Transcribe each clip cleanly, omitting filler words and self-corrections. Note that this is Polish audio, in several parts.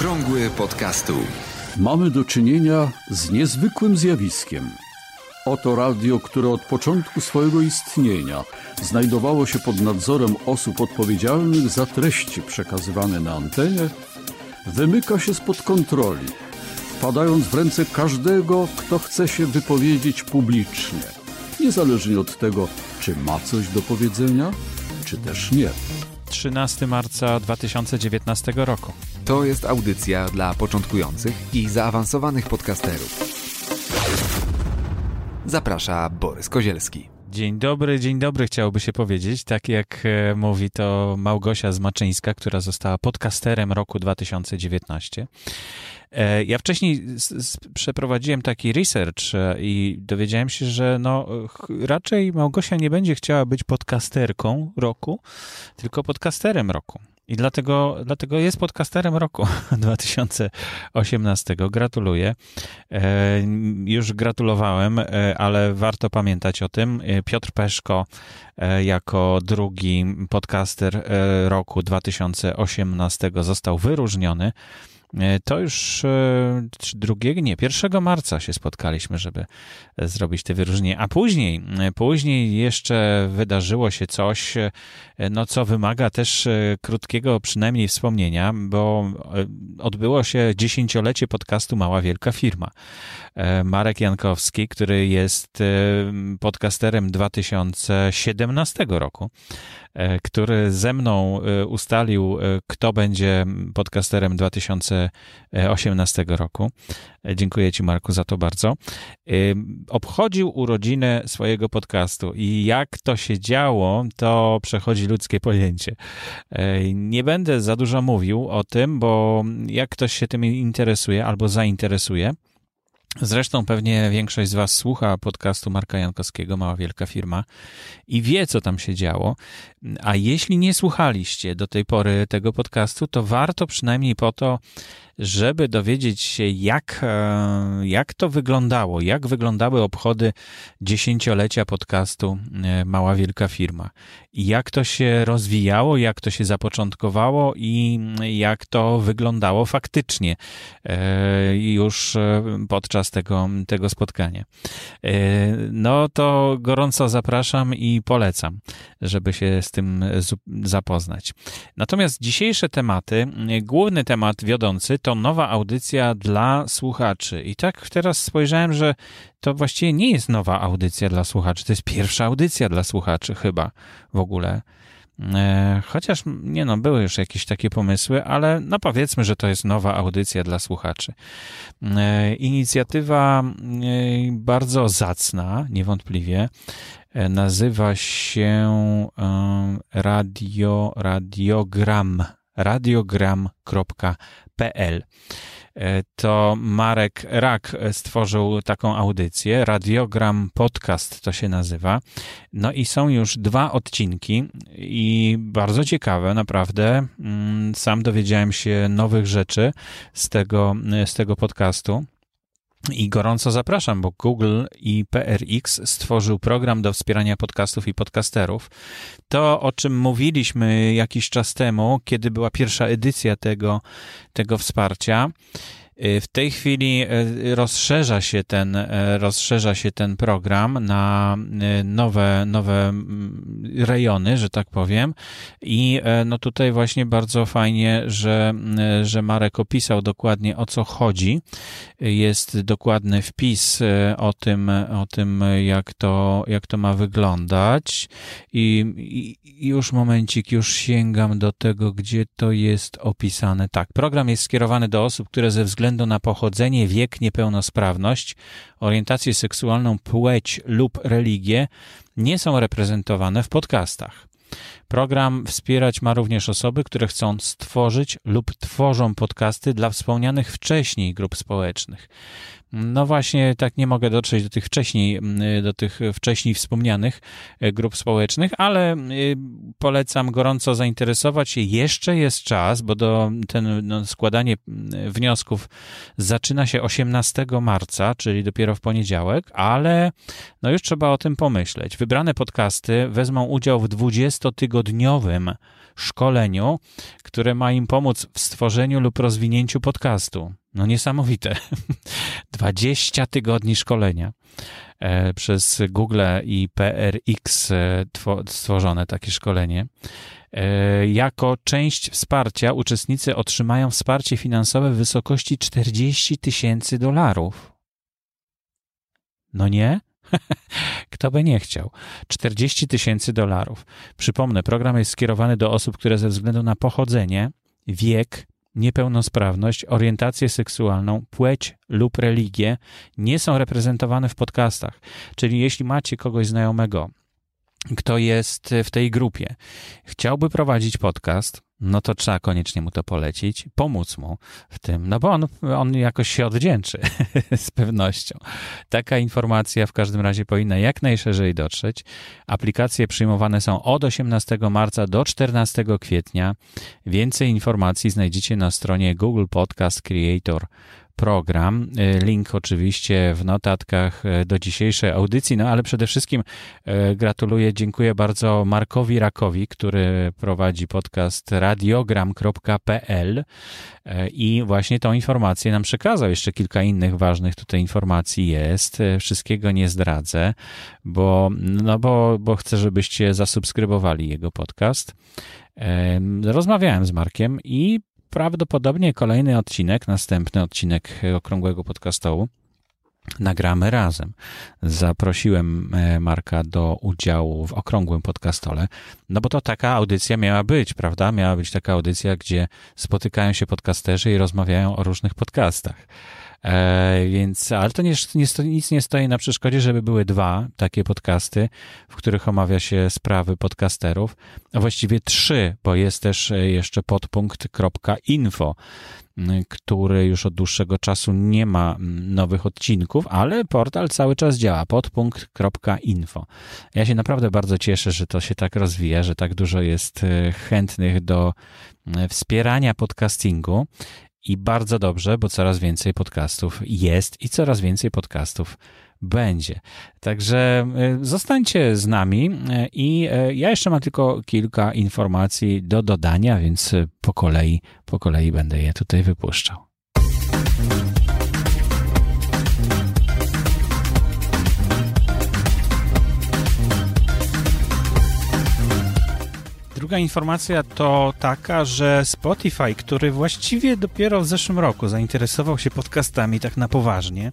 Okrągły podcastu. Mamy do czynienia z niezwykłym zjawiskiem. Oto radio, które od początku swojego istnienia znajdowało się pod nadzorem osób odpowiedzialnych za treści przekazywane na antenie, wymyka się spod kontroli, wpadając w ręce każdego, kto chce się wypowiedzieć publicznie, niezależnie od tego, czy ma coś do powiedzenia, czy też nie. 13 marca 2019 roku. To jest audycja dla początkujących i zaawansowanych podcasterów. Zaprasza Borys Kozielski. Dzień dobry, chciałoby się powiedzieć, tak jak mówi to Małgosia Zmaczyńska, która została podcasterem roku 2019. Ja wcześniej przeprowadziłem taki research i dowiedziałem się, że raczej Małgosia nie będzie chciała być podcasterką roku, tylko podcasterem roku. I dlatego jest podcasterem roku 2018. Gratuluję. Już gratulowałem, ale warto pamiętać o tym. Piotr Peszko jako drugi podcaster roku 2018 został wyróżniony. To już 1 marca się spotkaliśmy, żeby zrobić te wyróżnienie, a później jeszcze wydarzyło się coś, co wymaga też krótkiego przynajmniej wspomnienia, bo odbyło się 10-lecie podcastu Mała Wielka Firma. Marek Jankowski, który jest podcasterem 2017 roku, który ze mną ustalił, kto będzie podcasterem 2018 roku. Dziękuję Ci, Marku, za to bardzo. Obchodził urodziny swojego podcastu i jak to się działo, to przechodzi ludzkie pojęcie. Nie będę za dużo mówił o tym, bo jak ktoś się tym interesuje albo zainteresuje, zresztą pewnie większość z Was słucha podcastu Marka Jankowskiego, Mała Wielka Firma i wie, co tam się działo, a jeśli nie słuchaliście do tej pory tego podcastu, to warto przynajmniej po to, żeby dowiedzieć się, jak to wyglądało, jak wyglądały obchody 10-lecia podcastu Mała Wielka Firma i jak to się rozwijało, jak to się zapoczątkowało i jak to wyglądało faktycznie już podczas tego spotkania. No to gorąco zapraszam i polecam, żeby się z tym zapoznać. Natomiast dzisiejsze tematy, główny temat wiodący to nowa audycja dla słuchaczy. I tak teraz spojrzałem, że to właściwie nie jest nowa audycja dla słuchaczy, to jest pierwsza audycja dla słuchaczy chyba w ogóle. Chociaż były już jakieś takie pomysły, ale powiedzmy, że to jest nowa audycja dla słuchaczy. Inicjatywa bardzo zacna, niewątpliwie. Nazywa się radiogram.pl. To Marek Rak stworzył taką audycję, Radiogram Podcast to się nazywa. No i są już 2 odcinki i bardzo ciekawe, naprawdę. Sam dowiedziałem się nowych rzeczy z tego podcastu. I gorąco zapraszam, bo Google i PRX stworzył program do wspierania podcastów i podcasterów. To, o czym mówiliśmy jakiś czas temu, kiedy była pierwsza edycja tego wsparcia, w tej chwili rozszerza się ten program na nowe rejony, że tak powiem. I tutaj właśnie bardzo fajnie, że Marek opisał dokładnie, o co chodzi. Jest dokładny wpis o tym jak to ma wyglądać. I już momencik, już sięgam do tego, gdzie to jest opisane. Tak, program jest skierowany do osób, które ze względu na pochodzenie, wiek, niepełnosprawność, orientację seksualną, płeć lub religię nie są reprezentowane w podcastach. Program wspierać ma również osoby, które chcą stworzyć lub tworzą podcasty dla wspomnianych wcześniej grup społecznych. No właśnie, tak nie mogę dotrzeć do tych wcześniej wspomnianych grup społecznych, ale polecam gorąco zainteresować się. Jeszcze jest czas, bo składanie wniosków zaczyna się 18 marca, czyli dopiero w poniedziałek, ale już trzeba o tym pomyśleć. Wybrane podcasty wezmą udział w 20-tygodniowym szkoleniu, które ma im pomóc w stworzeniu lub rozwinięciu podcastu. No niesamowite. 20 tygodni szkolenia przez Google i PRX stworzone takie szkolenie. Jako część wsparcia uczestnicy otrzymają wsparcie finansowe w wysokości $40,000. No nie? Kto by nie chciał? $40,000. Przypomnę, program jest skierowany do osób, które ze względu na pochodzenie, wiek, niepełnosprawność, orientację seksualną, płeć lub religię nie są reprezentowane w podcastach. Czyli jeśli macie kogoś znajomego, kto jest w tej grupie, chciałby prowadzić podcast, no to trzeba koniecznie mu to polecić, pomóc mu w tym, no bo on jakoś się odwdzięczy z pewnością. Taka informacja w każdym razie powinna jak najszerzej dotrzeć. Aplikacje przyjmowane są od 18 marca do 14 kwietnia. Więcej informacji znajdziecie na stronie Google Podcast Creator Program. Link oczywiście w notatkach do dzisiejszej audycji, no ale przede wszystkim gratuluję, dziękuję bardzo Markowi Rakowi, który prowadzi podcast radiogram.pl i właśnie tą informację nam przekazał. Jeszcze kilka innych ważnych tutaj informacji jest. Wszystkiego nie zdradzę, bo chcę, żebyście zasubskrybowali jego podcast. Rozmawiałem z Markiem i prawdopodobnie kolejny odcinek, następny odcinek Okrągłego Podcastołu nagramy razem. Zaprosiłem Marka do udziału w Okrągłym Podcastole, no bo to taka audycja miała być, prawda? Miała być taka audycja, gdzie spotykają się podcasterzy i rozmawiają o różnych podcastach. Ale to nic nie stoi na przeszkodzie, żeby były dwa takie podcasty, w których omawia się sprawy podcasterów, a właściwie 3, bo jest też jeszcze podpunkt.info, który już od dłuższego czasu nie ma nowych odcinków, ale portal cały czas działa, podpunkt.info. Ja się naprawdę bardzo cieszę, że to się tak rozwija, że tak dużo jest chętnych do wspierania podcastingu. I bardzo dobrze, bo coraz więcej podcastów jest i coraz więcej podcastów będzie. Także zostańcie z nami i ja jeszcze mam tylko kilka informacji do dodania, więc po kolei będę je tutaj wypuszczał. Druga informacja to taka, że Spotify, który właściwie dopiero w zeszłym roku zainteresował się podcastami tak na poważnie,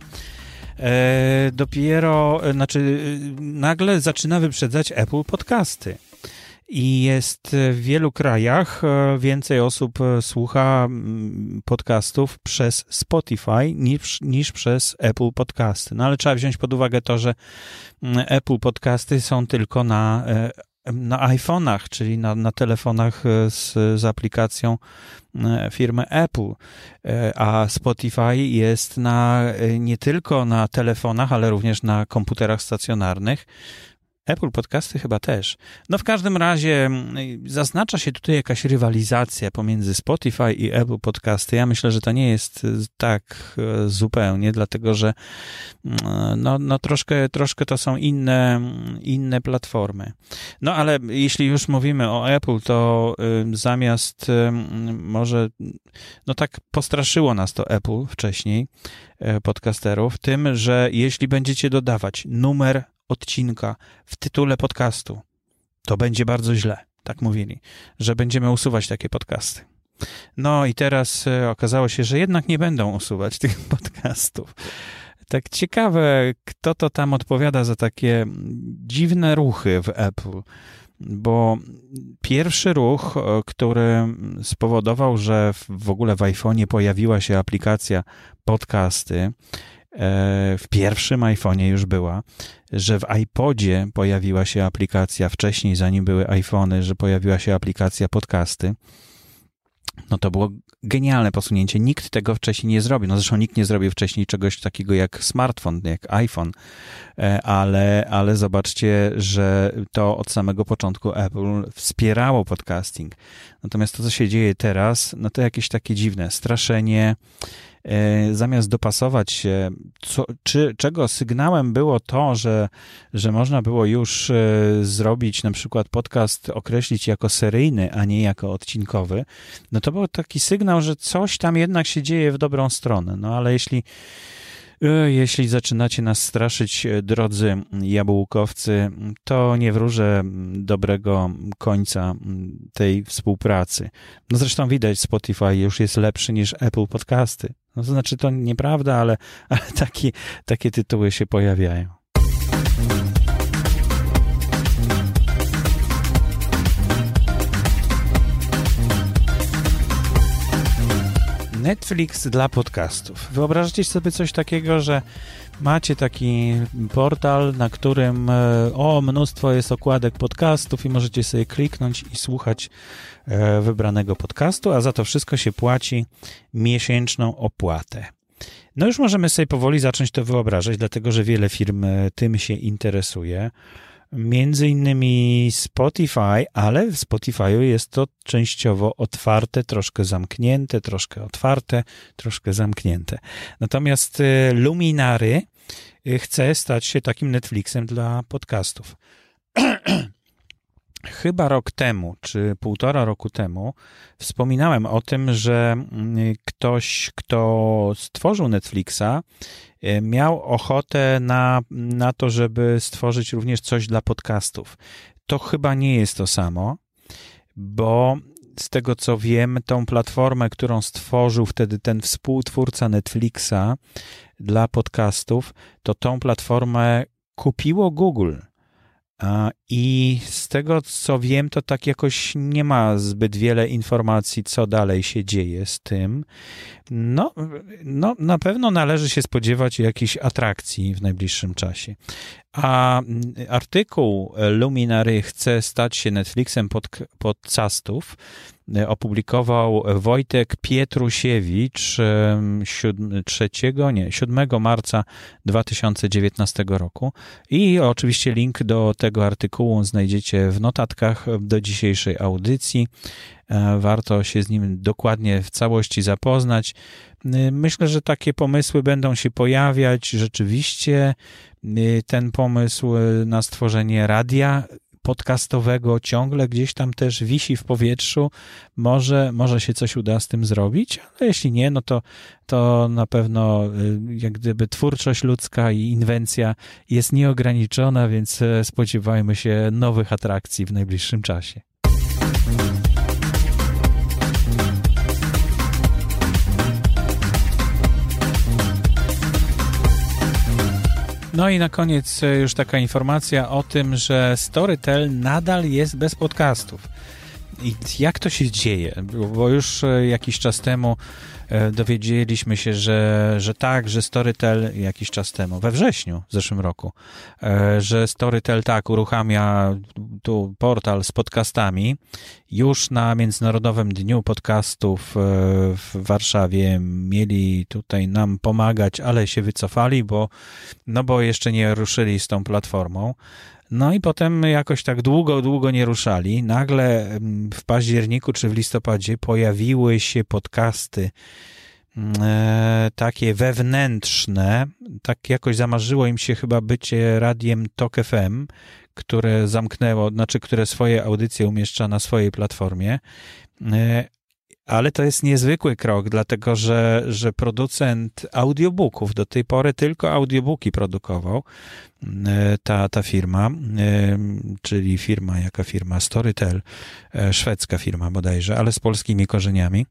nagle zaczyna wyprzedzać Apple Podcasty. I jest w wielu krajach więcej osób słucha podcastów przez Spotify niż przez Apple Podcasty. No ale trzeba wziąć pod uwagę to, że Apple Podcasty są tylko na iPhone'ach, czyli na telefonach z aplikacją firmy Apple, a Spotify jest nie tylko na telefonach, ale również na komputerach stacjonarnych. Apple Podcasty chyba też. No w każdym razie zaznacza się tutaj jakaś rywalizacja pomiędzy Spotify i Apple Podcasty. Ja myślę, że to nie jest tak zupełnie, dlatego że troszkę to są inne platformy. No ale jeśli już mówimy o Apple, to zamiast może, no tak postraszyło nas to Apple wcześniej, podcasterów, tym, że jeśli będziecie dodawać numer odcinka w tytule podcastu, to będzie bardzo źle, tak mówili, że będziemy usuwać takie podcasty. No i teraz okazało się, że jednak nie będą usuwać tych podcastów. Tak ciekawe, kto to tam odpowiada za takie dziwne ruchy w Apple, bo pierwszy ruch, który spowodował, że w ogóle w iPhone'ie pojawiła się aplikacja podcasty, w pierwszym iPhone'ie już była, że w iPodzie pojawiła się aplikacja wcześniej, zanim były iPhony, że pojawiła się aplikacja podcasty. No to było genialne posunięcie. Nikt tego wcześniej nie zrobił. No zresztą nikt nie zrobił wcześniej czegoś takiego jak smartfon, jak iPhone, ale zobaczcie, że to od samego początku Apple wspierało podcasting. Natomiast to, co się dzieje teraz, no to jakieś takie dziwne straszenie, zamiast dopasować się, czego sygnałem było to, że można było już zrobić na przykład podcast, określić jako seryjny, a nie jako odcinkowy, no to był taki sygnał, że coś tam jednak się dzieje w dobrą stronę. No ale jeśli zaczynacie nas straszyć, drodzy jabłkowcy, to nie wróżę dobrego końca tej współpracy. No zresztą widać, Spotify już jest lepszy niż Apple Podcasty. No to znaczy, to nieprawda, ale takie tytuły się pojawiają. Netflix dla podcastów. Wyobrażacie sobie coś takiego, że macie taki portal, na którym mnóstwo jest okładek podcastów i możecie sobie kliknąć i słuchać wybranego podcastu, a za to wszystko się płaci miesięczną opłatę. No już możemy sobie powoli zacząć to wyobrażać, dlatego że wiele firm tym się interesuje. Między innymi Spotify, ale w Spotify'u jest to częściowo otwarte, troszkę zamknięte, troszkę otwarte, troszkę zamknięte. Natomiast Luminary chce stać się takim Netflixem dla podcastów. Chyba rok temu, czy 1,5 roku temu wspominałem o tym, że ktoś, kto stworzył Netflixa, miał ochotę na to, żeby stworzyć również coś dla podcastów. To chyba nie jest to samo, bo z tego co wiem, tą platformę, którą stworzył wtedy ten współtwórca Netflixa dla podcastów, to tą platformę kupiło Google. I z tego, co wiem, to tak jakoś nie ma zbyt wiele informacji, co dalej się dzieje z tym. No, na pewno należy się spodziewać jakichś atrakcji w najbliższym czasie. A artykuł Luminary chce stać się Netflixem podcastów opublikował Wojtek Pietrusiewicz 7 marca 2019 roku i oczywiście link do tego artykułu znajdziecie w notatkach do dzisiejszej audycji. Warto się z nim dokładnie w całości zapoznać. Myślę, że takie pomysły będą się pojawiać. Rzeczywiście ten pomysł na stworzenie radia podcastowego ciągle gdzieś tam też wisi w powietrzu. Może się coś uda z tym zrobić, ale jeśli nie, no to na pewno jak gdyby twórczość ludzka i inwencja jest nieograniczona, więc spodziewajmy się nowych atrakcji w najbliższym czasie. No i na koniec już taka informacja o tym, że Storytel nadal jest bez podcastów. I jak to się dzieje? Bo już jakiś czas temu dowiedzieliśmy się, że tak, że Storytel jakiś czas temu, we wrześniu w zeszłym roku, że Storytel tak uruchamia tu portal z podcastami. Już na Międzynarodowym Dniu Podcastów w Warszawie mieli tutaj nam pomagać, ale się wycofali, bo jeszcze nie ruszyli z tą platformą. No i potem jakoś tak długo nie ruszali. Nagle w październiku czy w listopadzie pojawiły się podcasty takie wewnętrzne. Tak jakoś zamarzyło im się chyba bycie radiem Tok FM, które zamknęło, które swoje audycje umieszcza na swojej platformie. Ale to jest niezwykły krok, dlatego że producent audiobooków, do tej pory tylko audiobooki produkował ta firma, czyli jaka firma? Storytel, szwedzka firma bodajże, ale z polskimi korzeniami,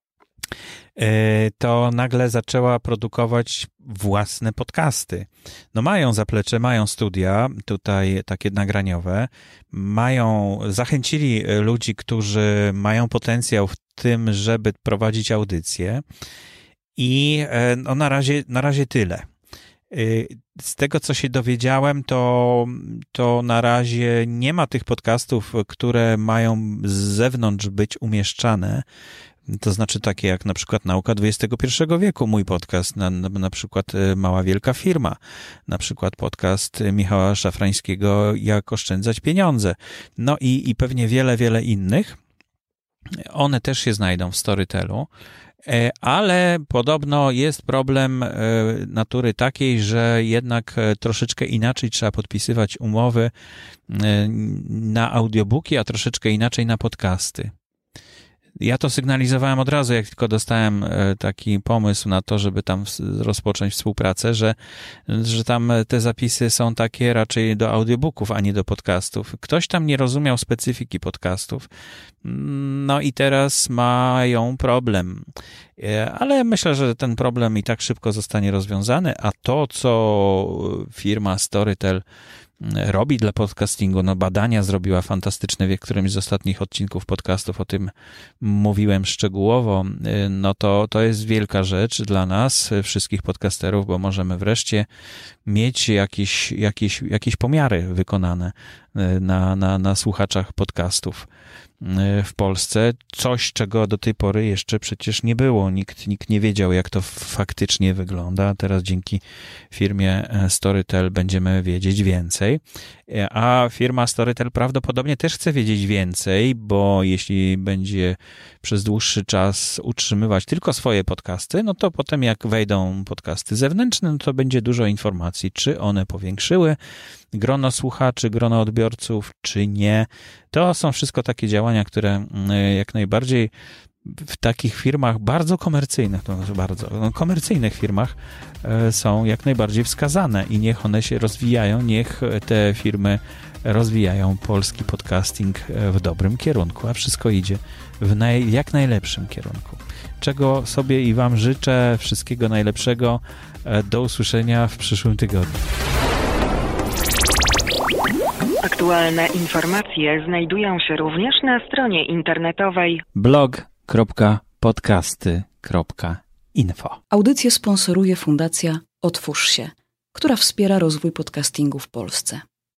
to nagle zaczęła produkować własne podcasty. No mają zaplecze, mają studia tutaj takie nagraniowe, zachęcili ludzi, którzy mają potencjał w tym, żeby prowadzić audycje i no na razie tyle. Z tego, co się dowiedziałem, to na razie nie ma tych podcastów, które mają z zewnątrz być umieszczane. To znaczy takie jak na przykład Nauka XXI wieku, mój podcast, na przykład Mała Wielka Firma, na przykład podcast Michała Szafrańskiego Jak oszczędzać pieniądze. No i pewnie wiele innych. One też się znajdą w Storytelu. Ale podobno jest problem natury takiej, że jednak troszeczkę inaczej trzeba podpisywać umowy na audiobooki, a troszeczkę inaczej na podcasty. Ja to sygnalizowałem od razu, jak tylko dostałem taki pomysł na to, żeby tam rozpocząć współpracę, że tam te zapisy są takie raczej do audiobooków, a nie do podcastów. Ktoś tam nie rozumiał specyfiki podcastów. No i teraz mają problem. Ale myślę, że ten problem i tak szybko zostanie rozwiązany, a to, co firma Storytel robi dla podcastingu, no badania zrobiła fantastyczne w którymś z ostatnich odcinków podcastów, o tym mówiłem szczegółowo, no to jest wielka rzecz dla nas, wszystkich podcasterów, bo możemy wreszcie mieć jakieś pomiary wykonane na słuchaczach podcastów w Polsce. Coś, czego do tej pory jeszcze przecież nie było. Nikt nie wiedział, jak to faktycznie wygląda. Teraz dzięki firmie Storytel będziemy wiedzieć więcej. A firma Storytel prawdopodobnie też chce wiedzieć więcej, bo jeśli będzie przez dłuższy czas utrzymywać tylko swoje podcasty, no to potem jak wejdą podcasty zewnętrzne, no to będzie dużo informacji, czy one powiększyły grono słuchaczy, grono odbiorców, czy nie. To są wszystko takie działania, które jak najbardziej w takich firmach bardzo komercyjnych, komercyjnych firmach są jak najbardziej wskazane i niech one się rozwijają, niech te firmy rozwijają polski podcasting w dobrym kierunku, a wszystko idzie w jak najlepszym kierunku. Czego sobie i wam życzę, wszystkiego najlepszego. Do usłyszenia w przyszłym tygodniu. Aktualne informacje znajdują się również na stronie internetowej blog.podcasty.info. Audycję sponsoruje Fundacja Otwórz się, która wspiera rozwój podcastingu w Polsce.